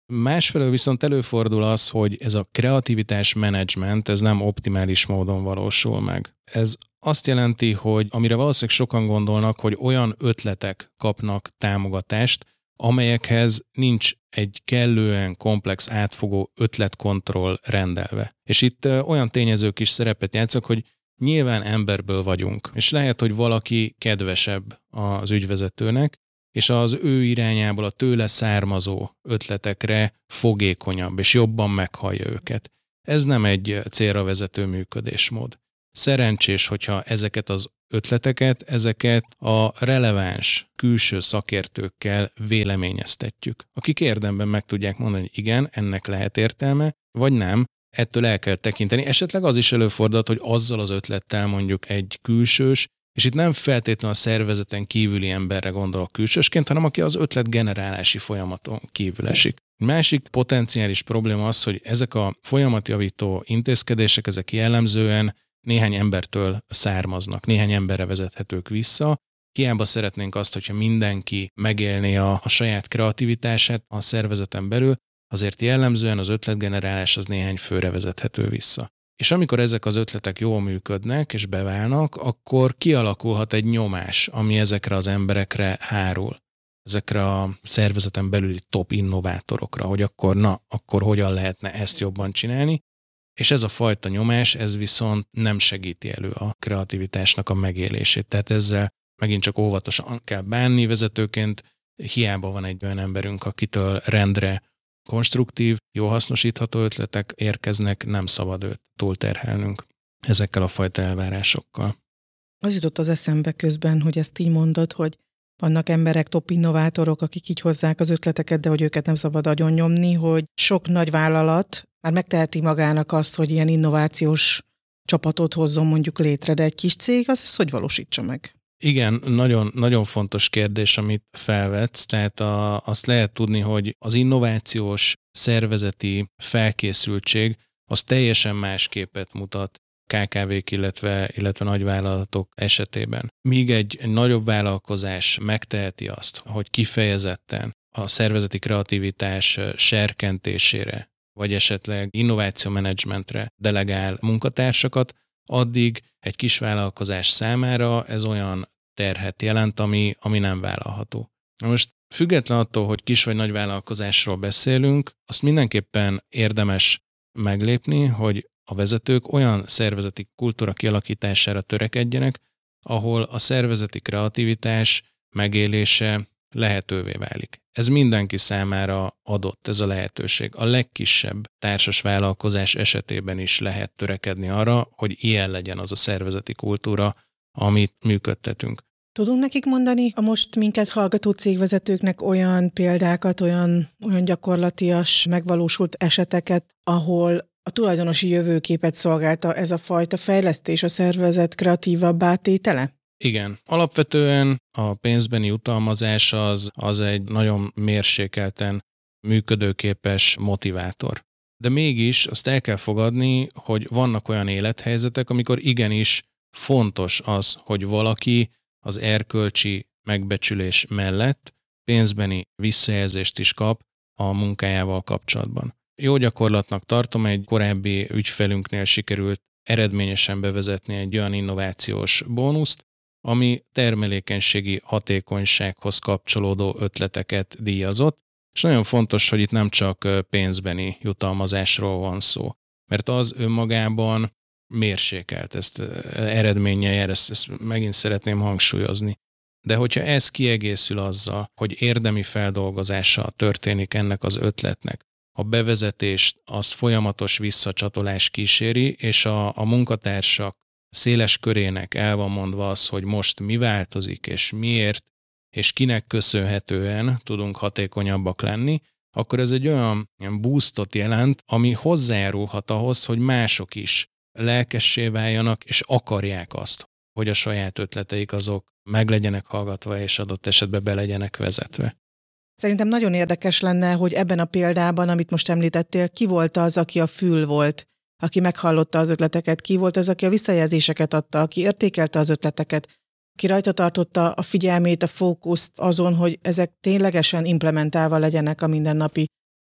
Másfelől viszont előfordul az, hogy ez a kreativitás menedzsment, ez nem optimális módon valósul meg. Ez azt jelenti, hogy amire valószínűleg sokan gondolnak, hogy olyan ötletek kapnak támogatást, amelyekhez nincs egy kellően komplex, átfogó ötletkontroll rendelve. És itt olyan tényezők is szerepet játszanak, hogy nyilván emberből vagyunk, és lehet, hogy valaki kedvesebb az ügyvezetőnek, és az ő irányából a tőle származó ötletekre fogékonyabb, és jobban meghallja őket. Ez nem egy célra vezető működésmód. Szerencsés, hogyha ezeket az ötleteket, ezeket a releváns külső szakértőkkel véleményeztetjük, akik érdemben meg tudják mondani, hogy igen, ennek lehet értelme, vagy nem, ettől el kell tekinteni. Esetleg az is előfordulhat, hogy azzal az ötlettel mondjuk egy külsős, és itt nem feltétlenül a szervezeten kívüli emberre gondolok külsősként, hanem aki az ötlet generálási folyamaton kívül esik. Másik potenciális probléma az, hogy ezek a folyamatjavító intézkedések, ezek jellemzően néhány embertől származnak, néhány emberre vezethetők vissza. Hiába szeretnénk azt, hogyha mindenki megélné a saját kreativitását a szervezeten belül, azért jellemzően az ötletgenerálás az néhány főre vezethető vissza. És amikor ezek az ötletek jól működnek és beválnak, akkor kialakulhat egy nyomás, ami ezekre az emberekre hárul. Ezekre a szervezeten belüli top innovátorokra, hogy akkor hogyan lehetne ezt jobban csinálni. És ez a fajta nyomás, ez viszont nem segíti elő a kreativitásnak a megélését. Tehát ezzel megint csak óvatosan kell bánni vezetőként, hiába van egy olyan emberünk, akitől rendre konstruktív, jól hasznosítható ötletek érkeznek, nem szabad őt túlterhelnünk ezekkel a fajta elvárásokkal. Az jutott az eszembe közben, hogy ezt így mondod, hogy vannak emberek, top innovátorok, akik így hozzák az ötleteket, de hogy őket nem szabad agyon nyomni, hogy sok nagy vállalat már megteheti magának azt, hogy ilyen innovációs csapatot hozzon mondjuk létre, de egy kis cég az ezt hogy valósítsa meg? Igen, nagyon, nagyon fontos kérdés, amit felvetsz, tehát azt lehet tudni, hogy az innovációs szervezeti felkészültség az teljesen más képet mutat KKV-k, illetve nagyvállalatok esetében. Míg egy nagyobb vállalkozás megteheti azt, hogy kifejezetten a szervezeti kreativitás serkentésére, vagy esetleg innovációmenedzsmentre delegál munkatársakat, addig egy kisvállalkozás számára ez olyan terhet jelent, ami nem vállalható. Most független attól, hogy kis vagy nagy vállalkozásról beszélünk, azt mindenképpen érdemes meglépni, hogy a vezetők olyan szervezeti kultúra kialakítására törekedjenek, ahol a szervezeti kreativitás megélése lehetővé válik. Ez mindenki számára adott, ez a lehetőség. A legkisebb társas vállalkozás esetében is lehet törekedni arra, hogy ilyen legyen az a szervezeti kultúra, amit működtetünk. Tudunk nekik mondani a most minket hallgató cégvezetőknek olyan példákat, olyan gyakorlatias, megvalósult eseteket, ahol a tulajdonosi jövőképet szolgálta ez a fajta fejlesztés, a szervezet kreatívabbá tétele? Igen. Alapvetően a pénzbeni jutalmazás az egy nagyon mérsékelten működőképes motivátor. De mégis azt el kell fogadni, hogy vannak olyan élethelyzetek, amikor igenis fontos az, hogy valaki az erkölcsi megbecsülés mellett pénzbeni visszajelzést is kap a munkájával kapcsolatban. Jó gyakorlatnak tartom, egy korábbi ügyfelünknél sikerült eredményesen bevezetni egy olyan innovációs bónuszt, ami termelékenységi hatékonysághoz kapcsolódó ötleteket díjazott, és nagyon fontos, hogy itt nem csak pénzbeni jutalmazásról van szó, mert az önmagában mérsékelt, ezt eredménnyel jár, ezt megint szeretném hangsúlyozni. De hogyha ez kiegészül azzal, hogy érdemi feldolgozása történik ennek az ötletnek, a bevezetést az folyamatos visszacsatolás kíséri, és a munkatársak széles körének el van mondva az, hogy most mi változik, és miért, és kinek köszönhetően tudunk hatékonyabbak lenni, akkor ez egy olyan boostot jelent, ami hozzájárulhat ahhoz, hogy mások is lelkessé váljanak, és akarják azt, hogy a saját ötleteik azok meg legyenek hallgatva, és adott esetben be legyenek vezetve. Szerintem nagyon érdekes lenne, hogy ebben a példában, amit most említettél, ki volt az, aki a fül volt, aki meghallotta az ötleteket, ki volt az, aki a visszajelzéseket adta, aki értékelte az ötleteket, aki rajta tartotta a figyelmét, a fókuszt azon, hogy ezek ténylegesen implementálva legyenek a mindennapi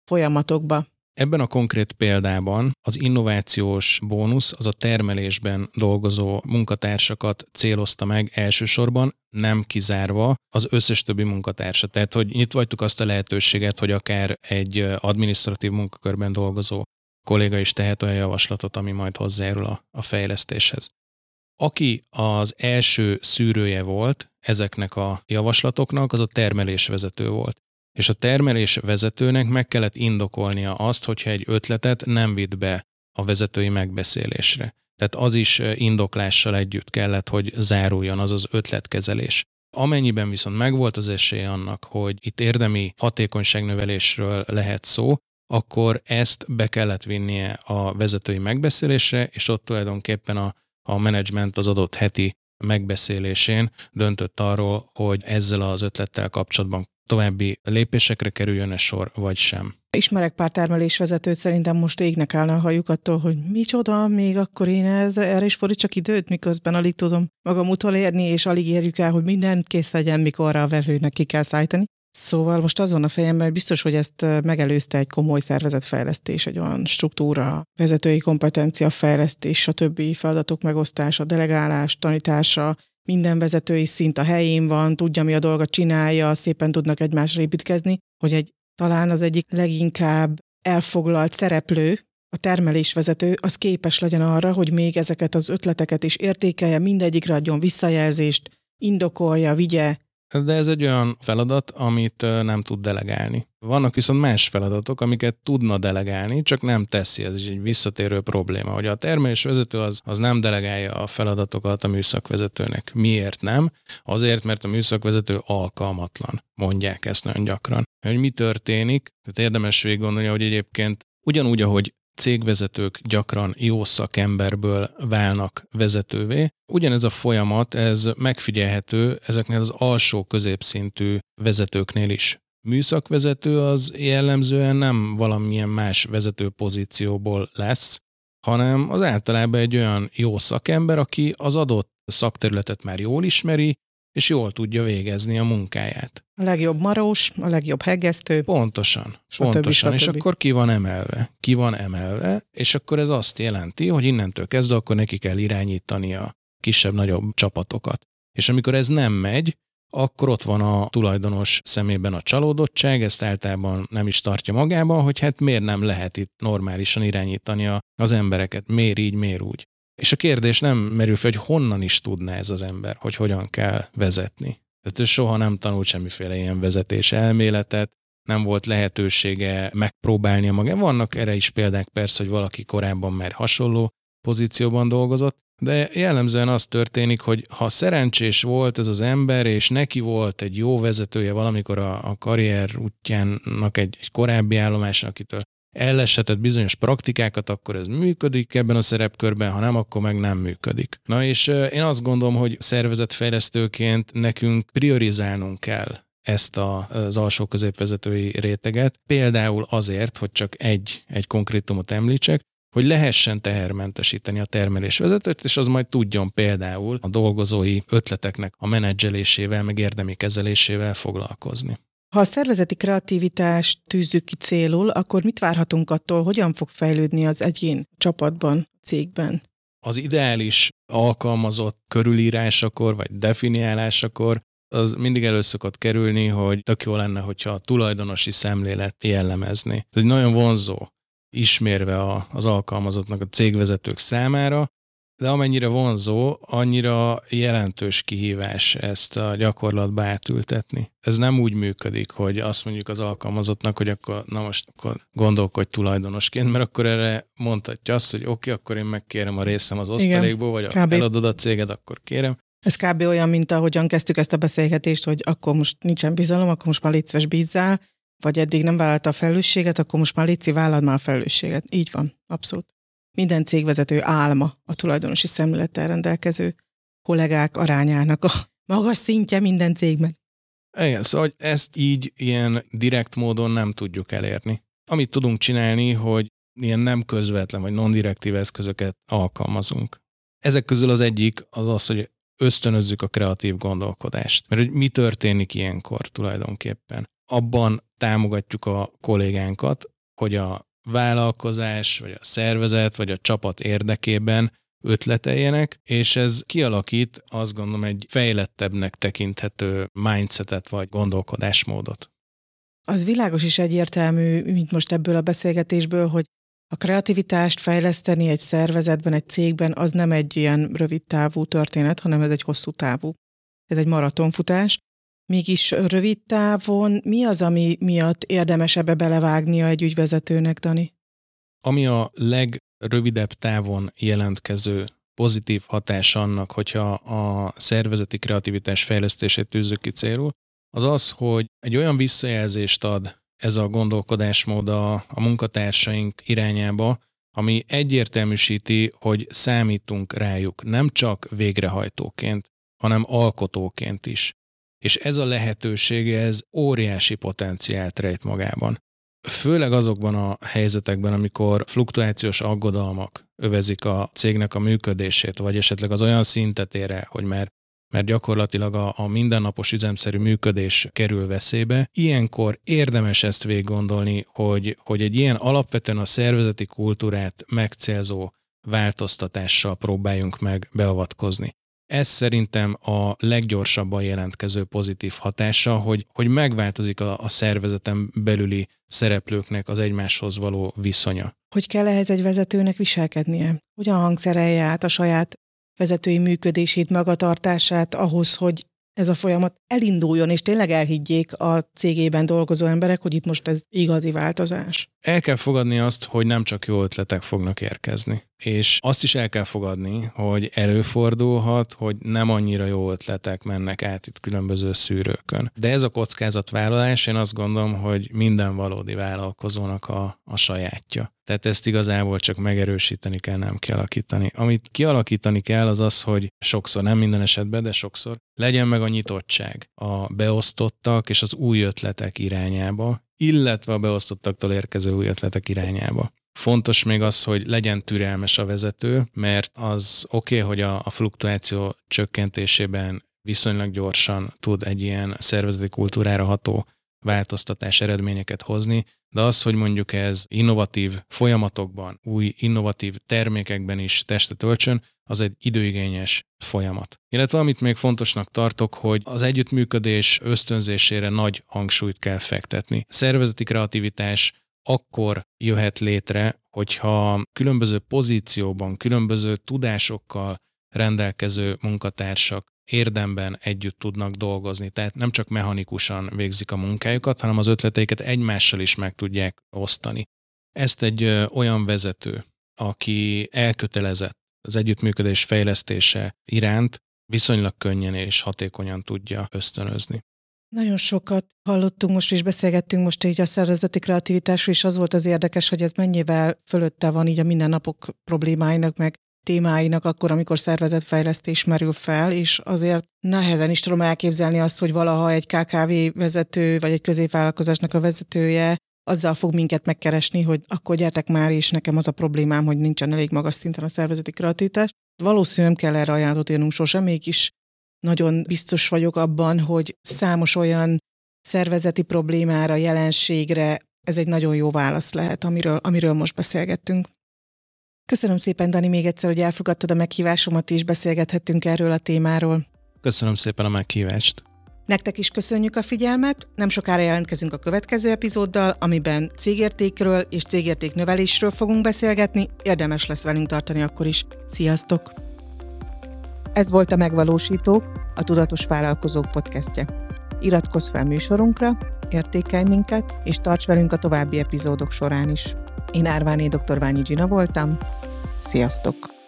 folyamatokba. Ebben a konkrét példában az innovációs bónusz az a termelésben dolgozó munkatársakat célozta meg elsősorban, nem kizárva az összes többi munkatársat. Tehát, hogy nyitva hagytuk azt a lehetőséget, hogy akár egy adminisztratív munkakörben dolgozó kolléga is tehet olyan javaslatot, ami majd hozzájárul a fejlesztéshez. Aki az első szűrője volt ezeknek a javaslatoknak, az a termelésvezető volt. És a termelésvezetőnek meg kellett indokolnia azt, hogyha egy ötletet nem vitt be a vezetői megbeszélésre. Tehát az is indoklással együtt kellett, hogy záruljon az ötletkezelés. Amennyiben viszont megvolt az esély annak, hogy itt érdemi hatékonyságnövelésről lehet szó, akkor ezt be kellett vinnie a vezetői megbeszélésre, és ott tulajdonképpen a menedzsment az adott heti megbeszélésén döntött arról, hogy ezzel az ötlettel kapcsolatban további lépésekre kerüljön-e sor, vagy sem. Ismerek pár termelésvezetőt, szerintem most égnek állna a hajuk attól, hogy micsoda, még akkor én erre is fordítsak időt, miközben alig tudom magam utolérni, és alig érjük el, hogy mindent kész legyen, mikorra a vevőnek ki kell szállítani. Szóval most azon a fejemben, hogy biztos, hogy ezt megelőzte egy komoly szervezetfejlesztés, egy olyan struktúra, vezetői kompetencia fejlesztés, stb. Feladatok megosztása, delegálás, tanítása, minden vezetői szint a helyén van, tudja, mi a dolga, csinálja, szépen tudnak egymásra építkezni, hogy talán az egyik leginkább elfoglalt szereplő, a termelésvezető, az képes legyen arra, hogy még ezeket az ötleteket is értékelje, mindegyikre adjon visszajelzést, indokolja, vigye. De ez egy olyan feladat, amit nem tud delegálni. Vannak viszont más feladatok, amiket tudna delegálni, csak nem teszi. Ez egy visszatérő probléma, hogy a termelésvezető az nem delegálja a feladatokat a műszakvezetőnek. Miért nem? Azért, mert a műszakvezető alkalmatlan. Mondják ezt nagyon gyakran. Hogy mi történik? Tehát érdemes végig gondolni, hogy egyébként ugyanúgy, ahogy cégvezetők gyakran jó szakemberből válnak vezetővé. Ugyanez a folyamat, ez megfigyelhető ezeknél az alsó középszintű vezetőknél is. Műszakvezető az jellemzően nem valamilyen más vezető pozícióból lesz, hanem az általában egy olyan jó szakember, aki az adott szakterületet már jól ismeri, és jól tudja végezni a munkáját. A legjobb marós, a legjobb hegesztő. Pontosan. Stb. És akkor ki van emelve, és akkor ez azt jelenti, hogy innentől kezdve akkor neki kell irányítani a kisebb-nagyobb csapatokat. És amikor ez nem megy, akkor ott van a tulajdonos szemében a csalódottság, ezt általában nem is tartja magában, hogy hát miért nem lehet itt normálisan irányítani az embereket, miért így, miért úgy. És a kérdés nem merül fel, hogy honnan is tudná ez az ember, hogy hogyan kell vezetni. Tehát ő soha nem tanult semmiféle ilyen vezetés elméletet, nem volt lehetősége megpróbálnia magát. Vannak erre is példák persze, hogy valaki korábban már hasonló pozícióban dolgozott, de jellemzően az történik, hogy ha szerencsés volt ez az ember, és neki volt egy jó vezetője valamikor a karrier útjának egy korábbi állomásnak, akitől elleshetett bizonyos praktikákat, akkor ez működik ebben a szerepkörben, ha nem, akkor meg nem működik. Na és én azt gondolom, hogy szervezetfejlesztőként nekünk priorizálnunk kell ezt az alsó középvezetői réteget, például azért, hogy csak egy konkrétumot említsek, hogy lehessen tehermentesíteni a termelésvezetőt, és az majd tudjon például a dolgozói ötleteknek a menedzselésével, meg érdemi kezelésével foglalkozni. Ha a szervezeti kreativitást tűzzük ki célul, akkor mit várhatunk attól, hogyan fog fejlődni az egyén csapatban, cégben? Az ideális alkalmazott körülírásakor, vagy definiálásakor az mindig elő szokott kerülni, hogy tök jó lenne, hogyha a tulajdonosi szemlélet jellemezni. Ez nagyon vonzó, ismérve az alkalmazottnak a cégvezetők számára, de amennyire vonzó, annyira jelentős kihívás ezt a gyakorlatba átültetni. Ez nem úgy működik, hogy azt mondjuk az alkalmazottnak, hogy akkor gondolkodj tulajdonosként, mert akkor erre mondhatja azt, hogy oké, akkor én megkérem a részem az osztalékból, vagy eladod a céged, akkor kérem. Ez kb. Olyan, mint ahogyan kezdtük ezt a beszélgetést, hogy akkor most nincsen bizalom, akkor most már légy szíves, bízzál, vagy eddig nem vállalta a felelősséget, akkor most már légy, vállald már a felelősséget. Így van, abszolút. Minden cégvezető álma a tulajdonosi szemlélettel rendelkező kollégák arányának a magas szintje minden cégben. Igen, szóval ezt így ilyen direkt módon nem tudjuk elérni. Amit tudunk csinálni, hogy ilyen nem közvetlen vagy non-direktív eszközöket alkalmazunk. Ezek közül az egyik az, hogy ösztönözzük a kreatív gondolkodást. Mert hogy mi történik ilyenkor tulajdonképpen? Abban támogatjuk a kollégánkat, hogy a vállalkozás, vagy a szervezet, vagy a csapat érdekében ötleteljenek, és ez kialakít, azt gondolom, egy fejlettebbnek tekinthető mindsetet, vagy gondolkodásmódot. Az világos és egyértelmű, mint most ebből a beszélgetésből, hogy a kreativitást fejleszteni egy szervezetben, egy cégben, az nem egy ilyen rövid távú történet, hanem ez egy hosszú távú. Ez egy maratonfutás. Mégis rövid távon mi az, ami miatt érdemes ebbe belevágnia egy ügyvezetőnek, Dani? Ami a legrövidebb távon jelentkező pozitív hatás annak, hogyha a szervezeti kreativitás fejlesztését tűzzük ki célul, az az, hogy egy olyan visszajelzést ad ez a gondolkodásmód a munkatársaink irányába, ami egyértelműsíti, hogy számítunk rájuk nem csak végrehajtóként, hanem alkotóként is. És ez a lehetősége, ez óriási potenciált rejt magában. Főleg azokban a helyzetekben, amikor fluktuációs aggodalmak övezik a cégnek a működését, vagy esetleg az olyan szintet ér el, hogy mert gyakorlatilag a mindennapos üzemszerű működés kerül veszélybe. Ilyenkor érdemes ezt végiggondolni, hogy egy ilyen alapvetően a szervezeti kultúrát megcélzó változtatással próbáljunk meg beavatkozni. Ez szerintem a leggyorsabban jelentkező pozitív hatása, hogy megváltozik a szervezeten belüli szereplőknek az egymáshoz való viszonya. Hogy kell ehhez egy vezetőnek viselkednie? Hogyan hangszerelje át a saját vezetői működését, magatartását ahhoz, hogy ez a folyamat elinduljon, és tényleg elhiggyék a cégében dolgozó emberek, hogy itt most ez igazi változás? El kell fogadni azt, hogy nem csak jó ötletek fognak érkezni. És azt is el kell fogadni, hogy előfordulhat, hogy nem annyira jó ötletek mennek át itt különböző szűrőkön. De ez a kockázatvállalás, én azt gondolom, hogy minden valódi vállalkozónak a sajátja. Tehát ezt igazából csak megerősíteni kell, nem kialakítani. Amit kialakítani kell, az az, hogy sokszor, nem minden esetben, de sokszor legyen meg a nyitottság a beosztottak és az új ötletek irányába, illetve a beosztottaktól érkező új ötletek irányába. Fontos még az, hogy legyen türelmes a vezető, mert az oké, hogy a fluktuáció csökkentésében viszonylag gyorsan tud egy ilyen szervezeti kultúrára ható változtatás eredményeket hozni, de az, hogy mondjuk ez innovatív folyamatokban, új innovatív termékekben is testet öltsön, az egy időigényes folyamat. Illetve amit még fontosnak tartok, hogy az együttműködés ösztönzésére nagy hangsúlyt kell fektetni. Szervezeti kreativitás akkor jöhet létre, hogyha különböző pozícióban, különböző tudásokkal rendelkező munkatársak érdemben együtt tudnak dolgozni. Tehát nem csak mechanikusan végzik a munkájukat, hanem az ötleteiket egymással is meg tudják osztani. Ezt egy olyan vezető, aki elkötelezett az együttműködés fejlesztése iránt, viszonylag könnyen és hatékonyan tudja ösztönözni. Nagyon sokat hallottunk most, és beszélgettünk most így a szervezeti kreativitásról, és az volt az érdekes, hogy ez mennyivel fölötte van így a mindennapok problémáinak, meg témáinak akkor, amikor szervezetfejlesztés merül fel, és azért nehezen is tudom elképzelni azt, hogy valaha egy KKV vezető, vagy egy középvállalkozásnak a vezetője azzal fog minket megkeresni, hogy akkor gyertek már, és nekem az a problémám, hogy nincsen elég magas szinten a szervezeti kreativitás. Valószínűleg nem kell erre ajánlatot írnunk sosem, mégis nagyon biztos vagyok abban, hogy számos olyan szervezeti problémára, jelenségre ez egy nagyon jó válasz lehet, amiről most beszélgettünk. Köszönöm szépen, Dani, még egyszer, hogy elfogadtad a meghívásomat, és beszélgethettünk erről a témáról. Köszönöm szépen a meghívást. Nektek is köszönjük a figyelmet, nem sokára jelentkezünk a következő epizóddal, amiben cégértékről és cégértéknövelésről fogunk beszélgetni, érdemes lesz velünk tartani akkor is. Sziasztok! Ez volt a Megvalósítók, a Tudatos Vállalkozók podcastje. Iratkozz fel műsorunkra, értékelj minket, és tarts velünk a további epizódok során is. Én Árváné dr. Ványi Gina voltam. Sziasztok!